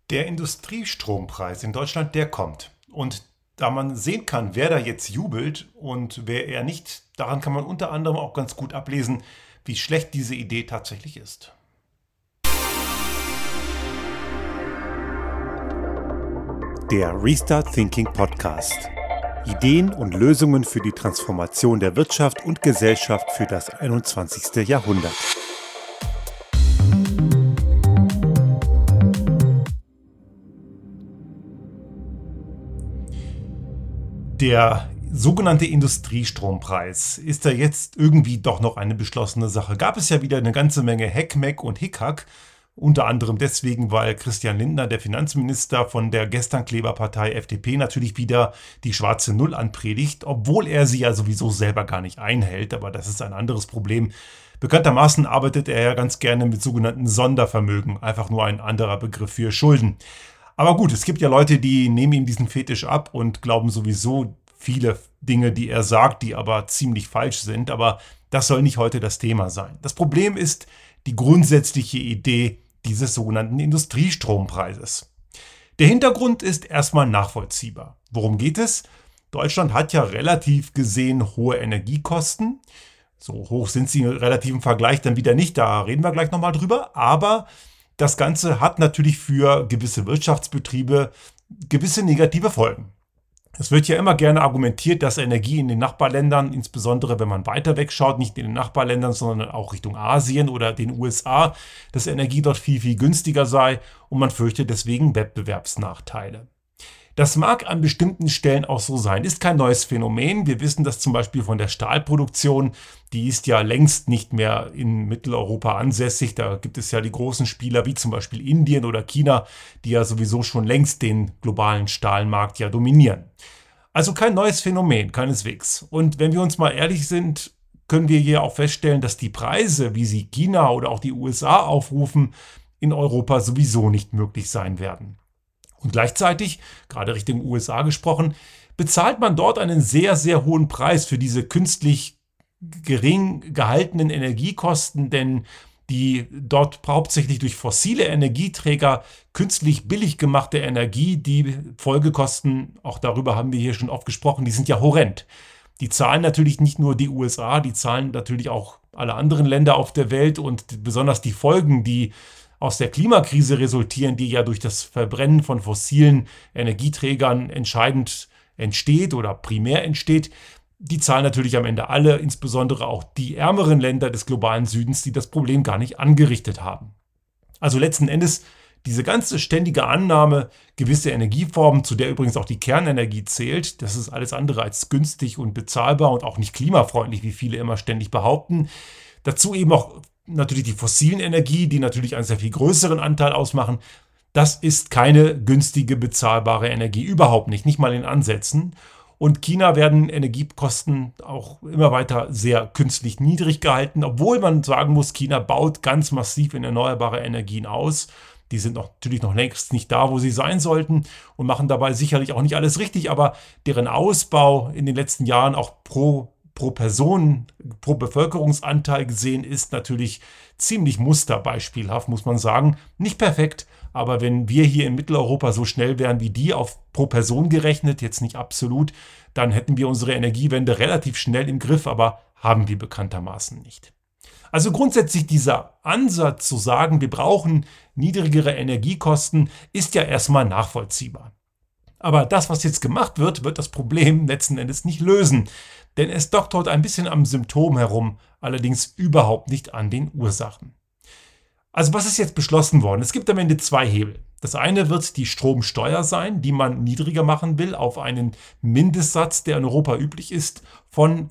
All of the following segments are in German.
Der Industriestrompreis in Deutschland, der kommt. Und da man sehen kann, wer da jetzt jubelt und wer eher nicht, daran kann man unter anderem auch ganz gut ablesen, wie schlecht diese Idee tatsächlich ist. Der Restart Thinking Podcast. Ideen und Lösungen für die Transformation der Wirtschaft und Gesellschaft für das 21. Jahrhundert. Der sogenannte Industriestrompreis ist ja jetzt irgendwie doch noch eine beschlossene Sache. Gab es ja wieder eine ganze Menge Heckmeck und Hickhack. Unter anderem deswegen, weil Christian Lindner, der Finanzminister von der Gesternkleberpartei FDP, natürlich wieder die schwarze Null anpredigt, obwohl er sie ja sowieso selber gar nicht einhält. Aber das ist ein anderes Problem. Bekanntermaßen arbeitet er ja ganz gerne mit sogenannten Sondervermögen, einfach nur ein anderer Begriff für Schulden. Aber gut, es gibt ja Leute, die nehmen ihm diesen Fetisch ab und glauben sowieso viele Dinge, die er sagt, die aber ziemlich falsch sind. Aber das soll nicht heute das Thema sein. Das Problem ist die grundsätzliche Idee dieses sogenannten Industriestrompreises. Der Hintergrund ist erstmal nachvollziehbar. Worum geht es? Deutschland hat ja relativ gesehen hohe Energiekosten. So hoch sind sie im relativen Vergleich dann wieder nicht, da reden wir gleich nochmal drüber. Aber das Ganze hat natürlich für gewisse Wirtschaftsbetriebe gewisse negative Folgen. Es wird ja immer gerne argumentiert, dass Energie in den Nachbarländern, insbesondere wenn man weiter wegschaut, nicht in den Nachbarländern, sondern auch Richtung Asien oder den USA, dass Energie dort viel, viel günstiger sei und man fürchtet deswegen Wettbewerbsnachteile. Das mag an bestimmten Stellen auch so sein, ist kein neues Phänomen. Wir wissen das zum Beispiel von der Stahlproduktion, die ist ja längst nicht mehr in Mitteleuropa ansässig. Da gibt es ja die großen Spieler wie zum Beispiel Indien oder China, die ja sowieso schon längst den globalen Stahlmarkt ja dominieren. Also kein neues Phänomen, keineswegs. Und wenn wir uns mal ehrlich sind, können wir hier auch feststellen, dass die Preise, wie sie China oder auch die USA aufrufen, in Europa sowieso nicht möglich sein werden. Und gleichzeitig, gerade Richtung USA gesprochen, bezahlt man dort einen sehr, sehr hohen Preis für diese künstlich gering gehaltenen Energiekosten, denn die dort hauptsächlich durch fossile Energieträger künstlich billig gemachte Energie, die Folgekosten, auch darüber haben wir hier schon oft gesprochen, die sind ja horrend. Die zahlen natürlich nicht nur die USA, die zahlen natürlich auch alle anderen Länder auf der Welt und besonders die Folgen, die aus der Klimakrise resultieren, die ja durch das Verbrennen von fossilen Energieträgern entscheidend entsteht oder primär entsteht, die zahlen natürlich am Ende alle, insbesondere auch die ärmeren Länder des globalen Südens, die das Problem gar nicht angerichtet haben. Also letzten Endes diese ganze ständige Annahme, gewisse Energieformen, zu der übrigens auch die Kernenergie zählt, das ist alles andere als günstig und bezahlbar und auch nicht klimafreundlich, wie viele immer ständig behaupten. Dazu eben auch natürlich die fossilen Energie, die natürlich einen sehr viel größeren Anteil ausmachen. Das ist keine günstige, bezahlbare Energie, überhaupt nicht, nicht mal in Ansätzen. Und China werden Energiekosten auch immer weiter sehr künstlich niedrig gehalten, obwohl man sagen muss, China baut ganz massiv in erneuerbare Energien aus. Die sind natürlich noch längst nicht da, wo sie sein sollten und machen dabei sicherlich auch nicht alles richtig, aber deren Ausbau in den letzten Jahren auch pro Person, pro Bevölkerungsanteil gesehen ist natürlich ziemlich musterbeispielhaft, muss man sagen. Nicht perfekt, aber wenn wir hier in Mitteleuropa so schnell wären wie die auf pro Person gerechnet, jetzt nicht absolut, dann hätten wir unsere Energiewende relativ schnell im Griff, aber haben wir bekanntermaßen nicht. Also grundsätzlich dieser Ansatz zu sagen, wir brauchen niedrigere Energiekosten, ist ja erstmal nachvollziehbar. Aber das, was jetzt gemacht wird, wird das Problem letzten Endes nicht lösen. Denn es doktort ein bisschen am Symptom herum, allerdings überhaupt nicht an den Ursachen. Also was ist jetzt beschlossen worden? Es gibt am Ende zwei Hebel. Das eine wird die Stromsteuer sein, die man niedriger machen will auf einen Mindestsatz, der in Europa üblich ist, von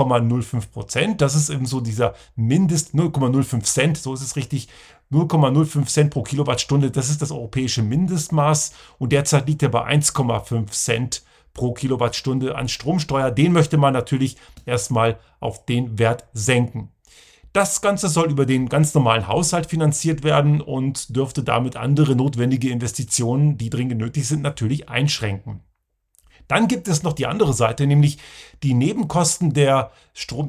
0,05%. Das ist eben so dieser Mindest 0,05 Cent, so ist es richtig, 0,05 Cent pro Kilowattstunde, das ist das europäische Mindestmaß und derzeit liegt er bei 1,5 Cent pro Kilowattstunde an Stromsteuer. Den möchte man natürlich erstmal auf den Wert senken. Das Ganze soll über den ganz normalen Haushalt finanziert werden und dürfte damit andere notwendige Investitionen, die dringend nötig sind, natürlich einschränken. Dann gibt es noch die andere Seite, nämlich die Nebenkosten des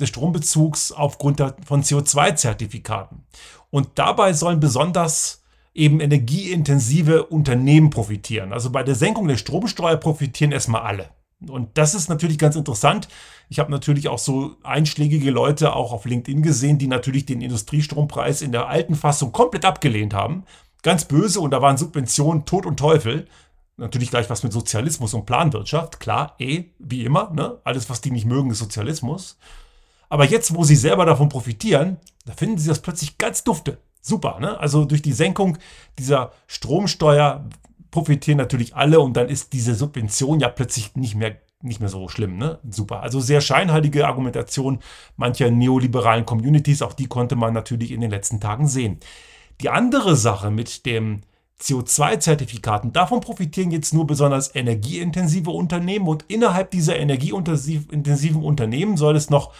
Strombezugs aufgrund von CO2-Zertifikaten. Und dabei sollen besonders eben energieintensive Unternehmen profitieren. Also bei der Senkung der Stromsteuer profitieren erstmal alle. Und das ist natürlich ganz interessant. Ich habe natürlich auch so einschlägige Leute auch auf LinkedIn gesehen, die natürlich den Industriestrompreis in der alten Fassung komplett abgelehnt haben. Ganz böse, und da waren Subventionen Tod und Teufel. Natürlich gleich was mit Sozialismus und Planwirtschaft. Klar, wie immer, ne? Alles, was die nicht mögen, ist Sozialismus. Aber jetzt, wo sie selber davon profitieren, da finden sie das plötzlich ganz dufte. Super, ne? Also durch die Senkung dieser Stromsteuer profitieren natürlich alle, und dann ist diese Subvention ja plötzlich nicht mehr so schlimm, ne? Super. Also sehr scheinheilige Argumentation mancher neoliberalen Communities, auch die konnte man natürlich in den letzten Tagen sehen. Die andere Sache mit dem CO2-Zertifikaten, davon profitieren jetzt nur besonders energieintensive Unternehmen, und innerhalb dieser energieintensiven Unternehmen soll es noch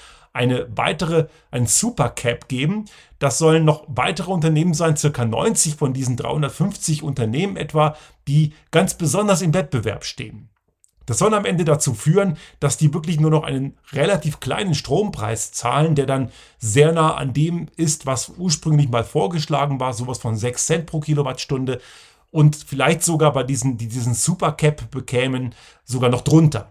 ein Supercap geben. Das sollen noch weitere Unternehmen sein, circa 90 von diesen 350 Unternehmen etwa, die ganz besonders im Wettbewerb stehen. Das soll am Ende dazu führen, dass die wirklich nur noch einen relativ kleinen Strompreis zahlen, der dann sehr nah an dem ist, was ursprünglich mal vorgeschlagen war, sowas von 6 Cent pro Kilowattstunde, und vielleicht sogar bei die diesen Supercap bekämen, sogar noch drunter.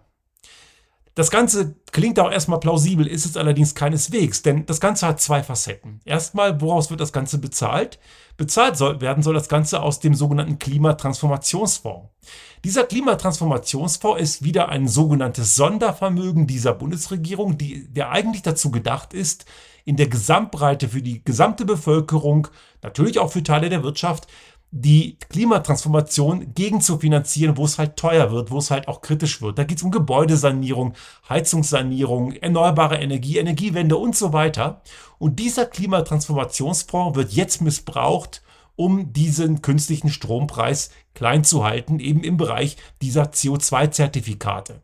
Das Ganze klingt auch erstmal plausibel, ist es allerdings keineswegs, denn das Ganze hat zwei Facetten. Erstmal, woraus wird das Ganze bezahlt? Bezahlt werden soll das Ganze aus dem sogenannten Klimatransformationsfonds. Dieser Klimatransformationsfonds ist wieder ein sogenanntes Sondervermögen dieser Bundesregierung, der eigentlich dazu gedacht ist, in der Gesamtbreite für die gesamte Bevölkerung, natürlich auch für Teile der Wirtschaft, die Klimatransformation gegen zu finanzieren, wo es halt teuer wird, wo es halt auch kritisch wird. Da geht es um Gebäudesanierung, Heizungssanierung, erneuerbare Energie, Energiewende und so weiter. Und dieser Klimatransformationsfonds wird jetzt missbraucht, um diesen künstlichen Strompreis klein zu halten, eben im Bereich dieser CO2-Zertifikate.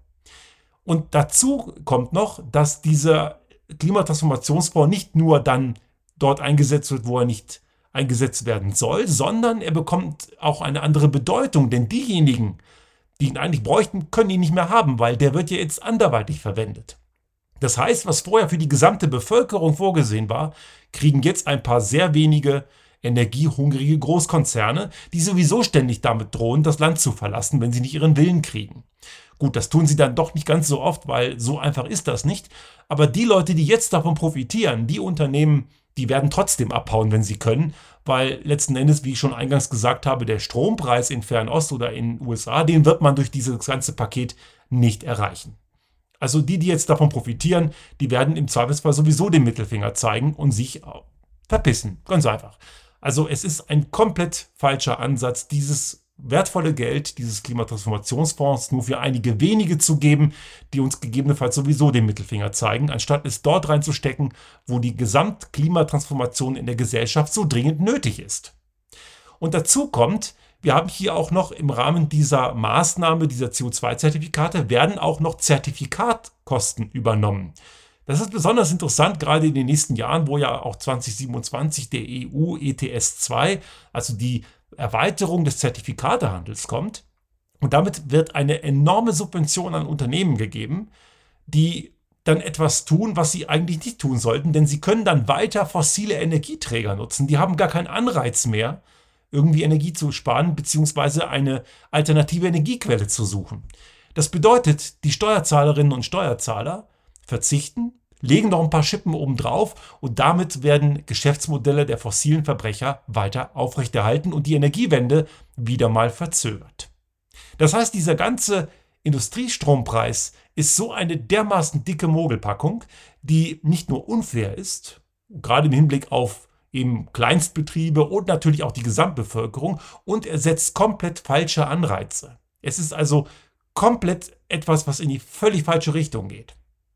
Und dazu kommt noch, dass dieser Klimatransformationsfonds nicht nur dann dort eingesetzt wird, wo er nicht eingesetzt werden soll, sondern er bekommt auch eine andere Bedeutung, denn diejenigen, die ihn eigentlich bräuchten, können ihn nicht mehr haben, weil der wird ja jetzt anderweitig verwendet. Das heißt, was vorher für die gesamte Bevölkerung vorgesehen war, kriegen jetzt ein paar sehr wenige energiehungrige Großkonzerne, die sowieso ständig damit drohen, das Land zu verlassen, wenn sie nicht ihren Willen kriegen. Gut, das tun sie dann doch nicht ganz so oft, weil so einfach ist das nicht. Aber die Leute, die jetzt davon profitieren, die Unternehmen, die werden trotzdem abhauen, wenn sie können, weil letzten Endes, wie ich schon eingangs gesagt habe, der Strompreis in Fernost oder in den USA, den wird man durch dieses ganze Paket nicht erreichen. Also die jetzt davon profitieren, die werden im Zweifelsfall sowieso den Mittelfinger zeigen und sich verpissen. Ganz einfach. Also es ist ein komplett falscher Ansatz, dieses wertvolle Geld dieses Klimatransformationsfonds nur für einige wenige zu geben, die uns gegebenenfalls sowieso den Mittelfinger zeigen, anstatt es dort reinzustecken, wo die Gesamtklimatransformation in der Gesellschaft so dringend nötig ist. Und dazu kommt, wir haben hier auch noch im Rahmen dieser Maßnahme, dieser CO2-Zertifikate, werden auch noch Zertifikatkosten übernommen. Das ist besonders interessant, gerade in den nächsten Jahren, wo ja auch 2027 der EU ETS 2, also die Erweiterung des Zertifikatehandels kommt. Und damit wird eine enorme Subvention an Unternehmen gegeben, die dann etwas tun, was sie eigentlich nicht tun sollten, denn sie können dann weiter fossile Energieträger nutzen. Die haben gar keinen Anreiz mehr, irgendwie Energie zu sparen, beziehungsweise eine alternative Energiequelle zu suchen. Das bedeutet, die Steuerzahlerinnen und Steuerzahler verzichten, legen noch ein paar Schippen obendrauf, und damit werden Geschäftsmodelle der fossilen Verbrecher weiter aufrechterhalten und die Energiewende wieder mal verzögert. Das heißt, dieser ganze Industriestrompreis ist so eine dermaßen dicke Mogelpackung, die nicht nur unfair ist, gerade im Hinblick auf eben Kleinstbetriebe und natürlich auch die Gesamtbevölkerung, und er setzt komplett falsche Anreize. Es ist also komplett etwas, was in die völlig falsche Richtung geht.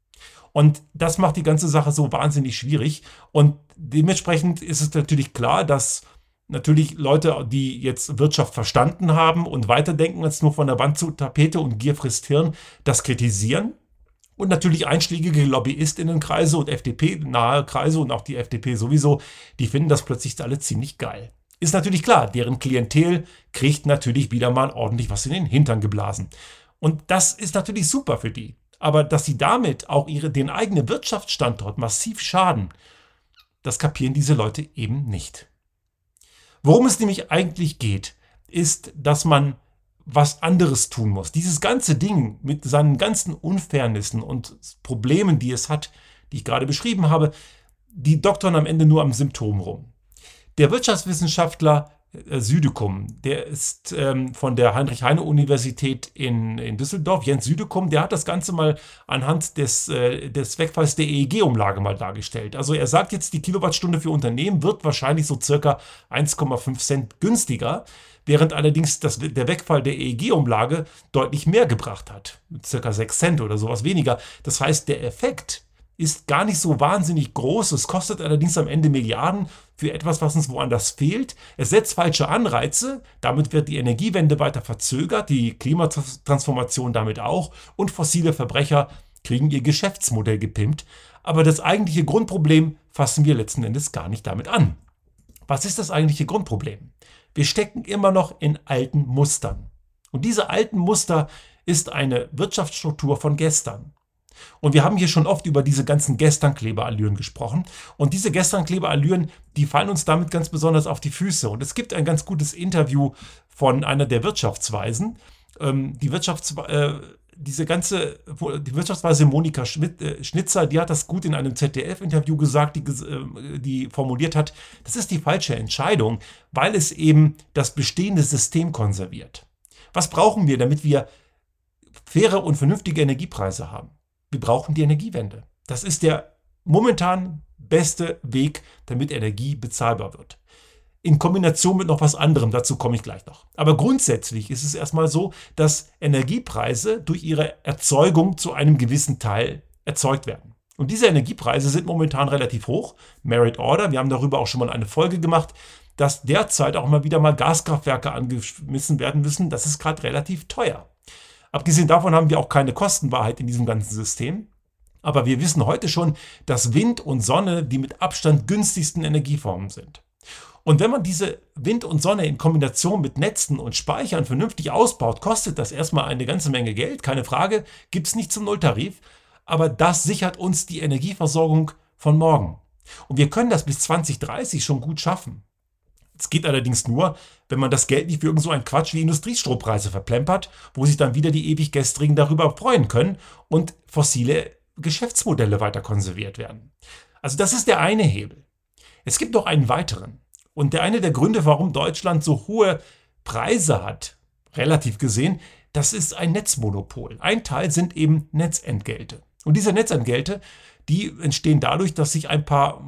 Und das macht die ganze Sache so wahnsinnig schwierig. Und dementsprechend ist es natürlich klar, dass natürlich Leute, die jetzt Wirtschaft verstanden haben und weiterdenken als nur von der Wand zu Tapete und Gier frisst Hirn, das kritisieren. Und natürlich einschlägige LobbyistInnenkreise und FDP-nahe Kreise und auch die FDP sowieso, die finden das plötzlich alle ziemlich geil. Ist natürlich klar, deren Klientel kriegt natürlich wieder mal ordentlich was in den Hintern geblasen. Und das ist natürlich super für die. Aber dass sie damit auch den eigenen Wirtschaftsstandort massiv schaden, das kapieren diese Leute eben nicht. Worum es nämlich eigentlich geht, ist, dass man was anderes tun muss. Dieses ganze Ding mit seinen ganzen Unfairnissen und Problemen, die es hat, die ich gerade beschrieben habe, die doktern am Ende nur am Symptom rum. Der Wirtschaftswissenschaftler Südekum, der ist von der Heinrich-Heine-Universität in Düsseldorf, Jens Südekum, der hat das Ganze mal anhand des Wegfalls der EEG-Umlage mal dargestellt. Also er sagt jetzt, die Kilowattstunde für Unternehmen wird wahrscheinlich so circa 1,5 Cent günstiger, während allerdings der Wegfall der EEG-Umlage deutlich mehr gebracht hat, circa 6 Cent oder sowas weniger. Das heißt, der Effekt ist gar nicht so wahnsinnig groß. Es kostet allerdings am Ende Milliarden für etwas, was uns woanders fehlt. Es setzt falsche Anreize. Damit wird die Energiewende weiter verzögert, die Klimatransformation damit auch. Und fossile Verbrecher kriegen ihr Geschäftsmodell gepimpt. Aber das eigentliche Grundproblem fassen wir letzten Endes gar nicht damit an. Was ist das eigentliche Grundproblem? Wir stecken immer noch in alten Mustern. Und diese alten Muster ist eine Wirtschaftsstruktur von gestern. Und wir haben hier schon oft über diese ganzen Gesternkleberallüren gesprochen. Und diese Gesternkleberallüren, die fallen uns damit ganz besonders auf die Füße. Und es gibt ein ganz gutes Interview von einer der Wirtschaftsweisen. Die Wirtschaftsweise Monika Schnitzer, die hat das gut in einem ZDF-Interview gesagt, die formuliert hat, das ist die falsche Entscheidung, weil es eben das bestehende System konserviert. Was brauchen wir, damit wir faire und vernünftige Energiepreise haben? Wir brauchen die Energiewende. Das ist der momentan beste Weg, damit Energie bezahlbar wird. In Kombination mit noch was anderem, dazu komme ich gleich noch. Aber grundsätzlich ist es erstmal so, dass Energiepreise durch ihre Erzeugung zu einem gewissen Teil erzeugt werden. Und diese Energiepreise sind momentan relativ hoch. Merit Order, wir haben darüber auch schon mal eine Folge gemacht, dass derzeit auch mal wieder Gaskraftwerke angeschmissen werden müssen. Das ist gerade relativ teuer. Abgesehen davon haben wir auch keine Kostenwahrheit in diesem ganzen System. Aber wir wissen heute schon, dass Wind und Sonne die mit Abstand günstigsten Energieformen sind. Und wenn man diese Wind und Sonne in Kombination mit Netzen und Speichern vernünftig ausbaut, kostet das erstmal eine ganze Menge Geld, keine Frage, gibt es nicht zum Nulltarif. Aber das sichert uns die Energieversorgung von morgen. Und wir können das bis 2030 schon gut schaffen. Es geht allerdings nur, wenn man das Geld nicht für irgend so einen Quatsch wie Industriestrompreise verplempert, wo sich dann wieder die ewig Gestrigen darüber freuen können und fossile Geschäftsmodelle weiter konserviert werden. Also das ist der eine Hebel. Es gibt noch einen weiteren. Und einer der Gründe, warum Deutschland so hohe Preise hat, relativ gesehen, das ist ein Netzmonopol. Ein Teil sind eben Netzentgelte. Und diese Netzentgelte, die entstehen dadurch, dass sich ein paar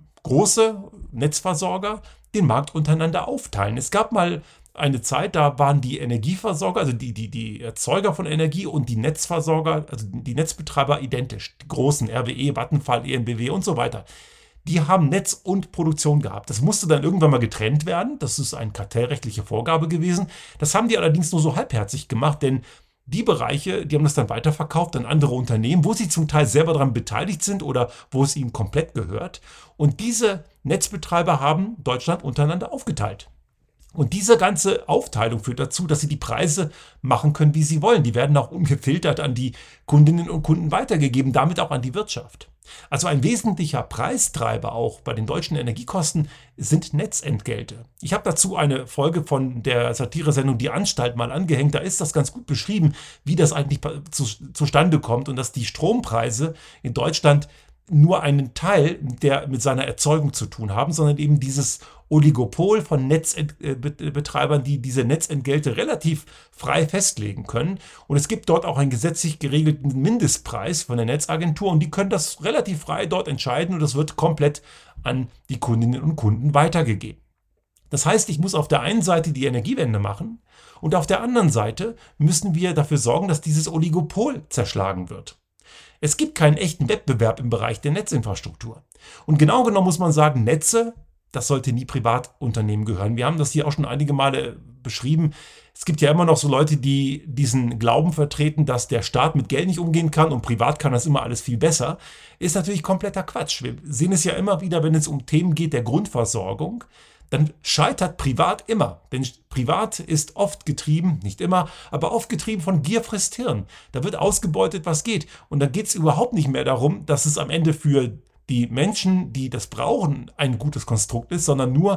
große Netzversorger den Markt untereinander aufteilen. Es gab mal eine Zeit, da waren die Energieversorger, also die Erzeuger von Energie und die Netzversorger, also die Netzbetreiber identisch. Die großen RWE, Vattenfall, EnBW und so weiter. Die haben Netz und Produktion gehabt. Das musste dann irgendwann mal getrennt werden. Das ist eine kartellrechtliche Vorgabe gewesen. Das haben die allerdings nur so halbherzig gemacht, denn die Bereiche, die haben das dann weiterverkauft an andere Unternehmen, wo sie zum Teil selber daran beteiligt sind oder wo es ihnen komplett gehört. Und diese Netzbetreiber haben Deutschland untereinander aufgeteilt. Und diese ganze Aufteilung führt dazu, dass sie die Preise machen können, wie sie wollen. Die werden auch ungefiltert an die Kundinnen und Kunden weitergegeben, damit auch an die Wirtschaft. Also ein wesentlicher Preistreiber auch bei den deutschen Energiekosten sind Netzentgelte. Ich habe dazu eine Folge von der Satiresendung Die Anstalt mal angehängt. Da ist das ganz gut beschrieben, wie das eigentlich zustande kommt und dass die Strompreise in Deutschland nur einen Teil der mit seiner Erzeugung zu tun haben, sondern eben dieses Oligopol von Netzbetreibern, die diese Netzentgelte relativ frei festlegen können. Und es gibt dort auch einen gesetzlich geregelten Mindestpreis von der Netzagentur und die können das relativ frei dort entscheiden und das wird komplett an die Kundinnen und Kunden weitergegeben. Das heißt, ich muss auf der einen Seite die Energiewende machen und auf der anderen Seite müssen wir dafür sorgen, dass dieses Oligopol zerschlagen wird. Es gibt keinen echten Wettbewerb im Bereich der Netzinfrastruktur. Und genau genommen muss man sagen, Netze, das sollte nie Privatunternehmen gehören. Wir haben das hier auch schon einige Male beschrieben. Es gibt ja immer noch so Leute, die diesen Glauben vertreten, dass der Staat mit Geld nicht umgehen kann und privat kann das immer alles viel besser. Ist natürlich kompletter Quatsch. Wir sehen es ja immer wieder, wenn es um Themen geht der Grundversorgung, dann scheitert privat immer. Denn privat ist oft getrieben, nicht immer, aber oft getrieben von Gier frisst Hirn. Da wird ausgebeutet, was geht. Und da geht es überhaupt nicht mehr darum, dass es am Ende für die Menschen, die das brauchen, ein gutes Konstrukt ist, sondern nur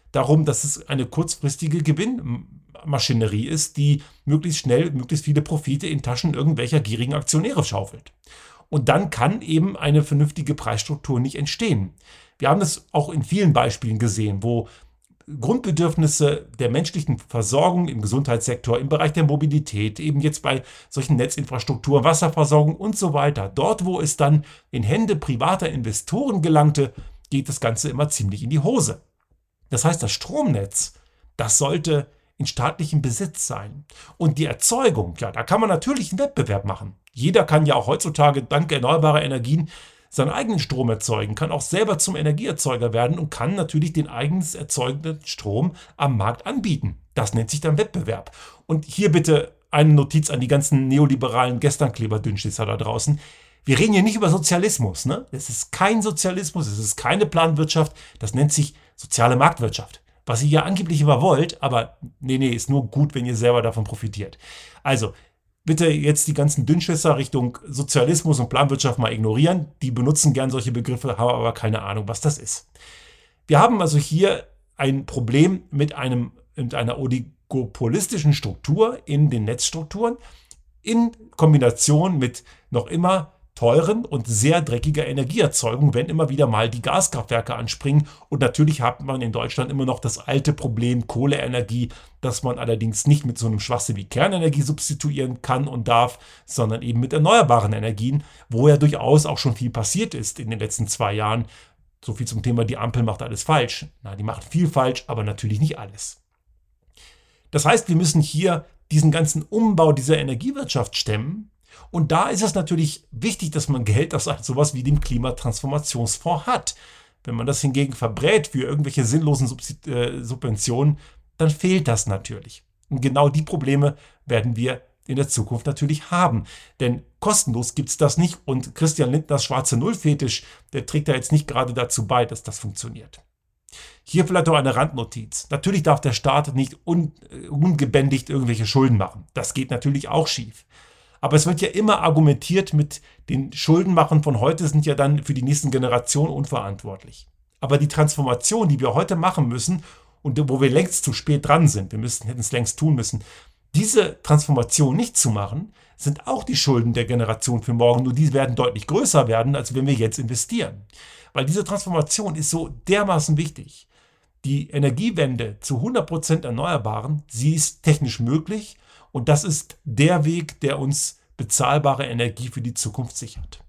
darum, dass es eine kurzfristige Gewinnmaschinerie ist, die möglichst schnell, möglichst viele Profite in Taschen irgendwelcher gierigen Aktionäre schaufelt. Und dann kann eben eine vernünftige Preisstruktur nicht entstehen. Wir haben das auch in vielen Beispielen gesehen, wo Grundbedürfnisse der menschlichen Versorgung im Gesundheitssektor, im Bereich der Mobilität, eben jetzt bei solchen Netzinfrastrukturen, Wasserversorgung und so weiter, dort, wo es dann in Hände privater Investoren gelangte, geht das Ganze immer ziemlich in die Hose. Das heißt, das Stromnetz, das sollte in staatlichem Besitz sein. Und die Erzeugung, ja, da kann man natürlich einen Wettbewerb machen. Jeder kann ja auch heutzutage dank erneuerbarer Energien seinen eigenen Strom erzeugen, kann auch selber zum Energieerzeuger werden und kann natürlich den eigens erzeugten Strom am Markt anbieten. Das nennt sich dann Wettbewerb. Und hier bitte eine Notiz an die ganzen neoliberalen Gesternkleber-Dünnschisser da draußen. Wir reden hier nicht über Sozialismus, ne? Es ist kein Sozialismus, es ist keine Planwirtschaft, das nennt sich soziale Marktwirtschaft. Was ihr ja angeblich immer wollt, aber nee, ist nur gut, wenn ihr selber davon profitiert. Also, bitte jetzt die ganzen Dünnschisser Richtung Sozialismus und Planwirtschaft mal ignorieren. Die benutzen gern solche Begriffe, haben aber keine Ahnung, was das ist. Wir haben also hier ein Problem mit einer oligopolistischen Struktur in den Netzstrukturen in Kombination mit noch immer teuren und sehr dreckiger Energieerzeugung, wenn immer wieder mal die Gaskraftwerke anspringen. Und natürlich hat man in Deutschland immer noch das alte Problem Kohleenergie, das man allerdings nicht mit so einem Schwachsinn wie Kernenergie substituieren kann und darf, sondern eben mit erneuerbaren Energien, wo ja durchaus auch schon viel passiert ist in den letzten 2 Jahren. So viel zum Thema, die Ampel macht alles falsch. Na, die macht viel falsch, aber natürlich nicht alles. Das heißt, wir müssen hier diesen ganzen Umbau dieser Energiewirtschaft stemmen. Und da ist es natürlich wichtig, dass man Geld aus sowas wie dem Klimatransformationsfonds hat. Wenn man das hingegen verbrät für irgendwelche sinnlosen Subventionen, dann fehlt das natürlich. Und genau die Probleme werden wir in der Zukunft natürlich haben. Denn kostenlos gibt es das nicht. Und Christian Lindners schwarze Null-Fetisch, der trägt da jetzt nicht gerade dazu bei, dass das funktioniert. Hier vielleicht auch eine Randnotiz. Natürlich darf der Staat nicht ungebändigt irgendwelche Schulden machen. Das geht natürlich auch schief. Aber es wird ja immer argumentiert mit den Schuldenmachen von heute sind ja dann für die nächsten Generationen unverantwortlich. Aber die Transformation, die wir heute machen müssen und wo wir längst zu spät dran sind, hätten es längst tun müssen, diese Transformation nicht zu machen, sind auch die Schulden der Generation für morgen. Nur die werden deutlich größer werden, als wenn wir jetzt investieren. Weil diese Transformation ist so dermaßen wichtig. Die Energiewende zu 100% Erneuerbaren, sie ist technisch möglich. Und das ist der Weg, der uns bezahlbare Energie für die Zukunft sichert.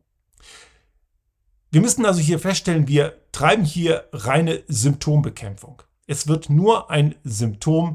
Wir müssen also hier feststellen, wir treiben hier reine Symptombekämpfung. Es wird nur ein Symptom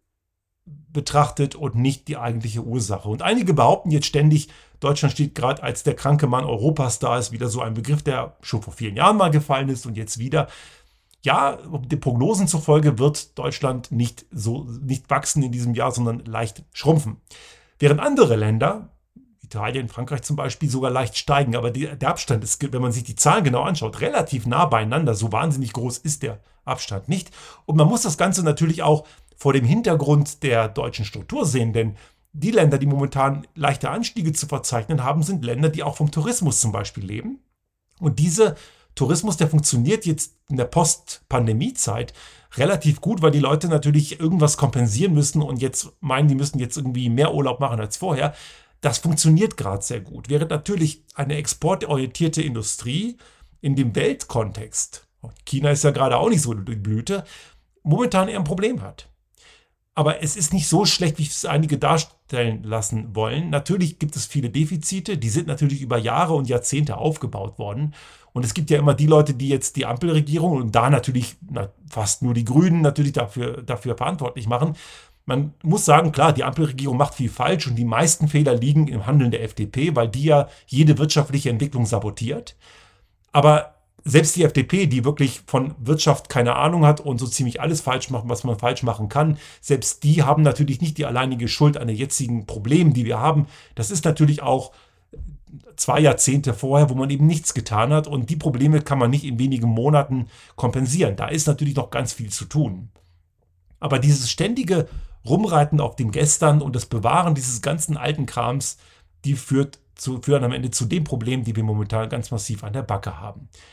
betrachtet und nicht die eigentliche Ursache. Und einige behaupten jetzt ständig, Deutschland steht gerade als der kranke Mann Europas da, ist wieder so ein Begriff, der schon vor vielen Jahren mal gefallen ist und jetzt wieder. Ja, den Prognosen zufolge wird Deutschland nicht wachsen in diesem Jahr, sondern leicht schrumpfen. Während andere Länder, Italien, Frankreich zum Beispiel, sogar leicht steigen. Aber der Abstand ist, wenn man sich die Zahlen genau anschaut, relativ nah beieinander. So wahnsinnig groß ist der Abstand nicht. Und man muss das Ganze natürlich auch vor dem Hintergrund der deutschen Struktur sehen, denn die Länder, die momentan leichte Anstiege zu verzeichnen haben, sind Länder, die auch vom Tourismus zum Beispiel leben. Und dieser Tourismus, der funktioniert jetzt in der Post-Pandemie-Zeit relativ gut, weil die Leute natürlich irgendwas kompensieren müssen und jetzt meinen, die müssen jetzt irgendwie mehr Urlaub machen als vorher. Das funktioniert gerade sehr gut. Während natürlich eine exportorientierte Industrie in dem Weltkontext, China ist ja gerade auch nicht so die Blüte, momentan eher ein Problem hat. Aber es ist nicht so schlecht, wie es einige darstellen lassen wollen. Natürlich gibt es viele Defizite, die sind natürlich über Jahre und Jahrzehnte aufgebaut worden. Und es gibt ja immer die Leute, die jetzt die Ampelregierung und da natürlich fast nur die Grünen natürlich dafür verantwortlich machen. Man muss sagen, klar, die Ampelregierung macht viel falsch und die meisten Fehler liegen im Handeln der FDP, weil die ja jede wirtschaftliche Entwicklung sabotiert. Aber selbst die FDP, die wirklich von Wirtschaft keine Ahnung hat und so ziemlich alles falsch macht, was man falsch machen kann, selbst die haben natürlich nicht die alleinige Schuld an den jetzigen Problemen, die wir haben. Das ist natürlich auch 2 Jahrzehnte vorher, wo man eben nichts getan hat und die Probleme kann man nicht in wenigen Monaten kompensieren. Da ist natürlich noch ganz viel zu tun. Aber dieses ständige Rumreiten auf dem Gestern und das Bewahren dieses ganzen alten Krams, die führen am Ende zu den Problemen, die wir momentan ganz massiv an der Backe haben.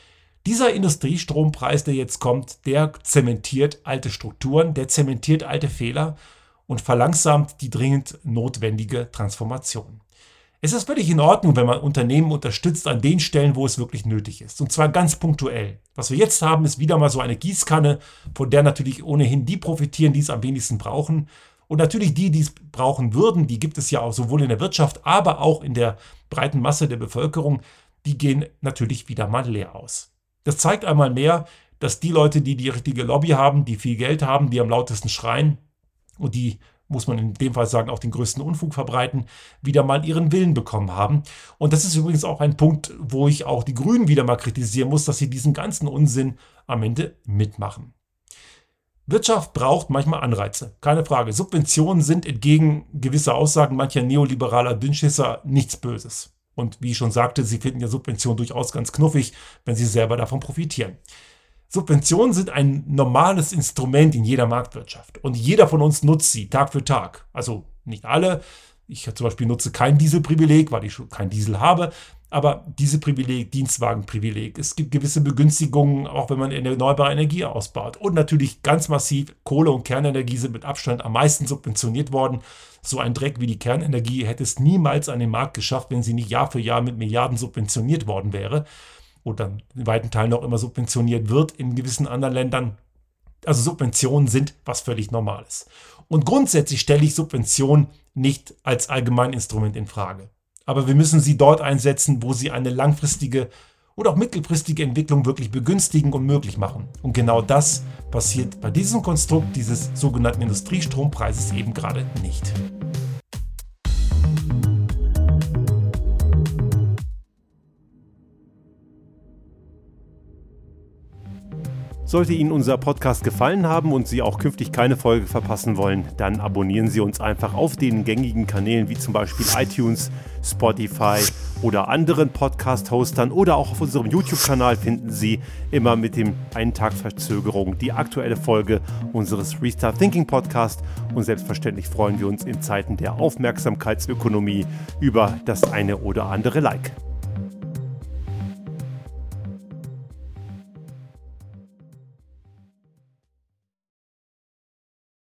Dieser Industriestrompreis, der jetzt kommt, der zementiert alte Strukturen, der zementiert alte Fehler und verlangsamt die dringend notwendige Transformation. Es ist völlig in Ordnung, wenn man Unternehmen unterstützt an den Stellen, wo es wirklich nötig ist. Und zwar ganz punktuell. Was wir jetzt haben, ist wieder mal so eine Gießkanne, von der natürlich ohnehin die profitieren, die es am wenigsten brauchen. Und natürlich die es brauchen würden, die gibt es ja auch sowohl in der Wirtschaft, aber auch in der breiten Masse der Bevölkerung, die gehen natürlich wieder mal leer aus. Das zeigt einmal mehr, dass die Leute, die die richtige Lobby haben, die viel Geld haben, die am lautesten schreien und die, muss man in dem Fall sagen, auch den größten Unfug verbreiten, wieder mal ihren Willen bekommen haben. Und das ist übrigens auch ein Punkt, wo ich auch die Grünen wieder mal kritisieren muss, dass sie diesen ganzen Unsinn am Ende mitmachen. Wirtschaft braucht manchmal Anreize, keine Frage. Subventionen sind entgegen gewisser Aussagen mancher neoliberaler Dünnschisser nichts Böses. Und wie ich schon sagte, sie finden ja Subventionen durchaus ganz knuffig, wenn sie selber davon profitieren. Subventionen sind ein normales Instrument in jeder Marktwirtschaft und jeder von uns nutzt sie Tag für Tag. Also nicht alle. Ich zum Beispiel nutze kein Dieselprivileg, weil ich schon kein Diesel habe. Aber Dieselprivileg, Dienstwagenprivileg. Es gibt gewisse Begünstigungen, auch wenn man erneuerbare Energie ausbaut. Und natürlich ganz massiv Kohle- und Kernenergie sind mit Abstand am meisten subventioniert worden. So ein Dreck wie die Kernenergie hätte es niemals an den Markt geschafft, wenn sie nicht Jahr für Jahr mit Milliarden subventioniert worden wäre. Oder in weiten Teilen noch immer subventioniert wird in gewissen anderen Ländern. Also Subventionen sind was völlig Normales. Und grundsätzlich stelle ich Subventionen nicht als Allgemeininstrument in Frage. Aber wir müssen sie dort einsetzen, wo sie eine langfristige oder auch mittelfristige Entwicklung wirklich begünstigen und möglich machen. Und genau das passiert bei diesem Konstrukt dieses sogenannten Industriestrompreises eben gerade nicht. Sollte Ihnen unser Podcast gefallen haben und Sie auch künftig keine Folge verpassen wollen, dann abonnieren Sie uns einfach auf den gängigen Kanälen wie zum Beispiel iTunes, Spotify oder anderen Podcast-Hostern oder auch auf unserem YouTube-Kanal finden Sie immer mit dem einen Tag Verzögerung die aktuelle Folge unseres Restart Thinking Podcast und selbstverständlich freuen wir uns in Zeiten der Aufmerksamkeitsökonomie über das eine oder andere Like.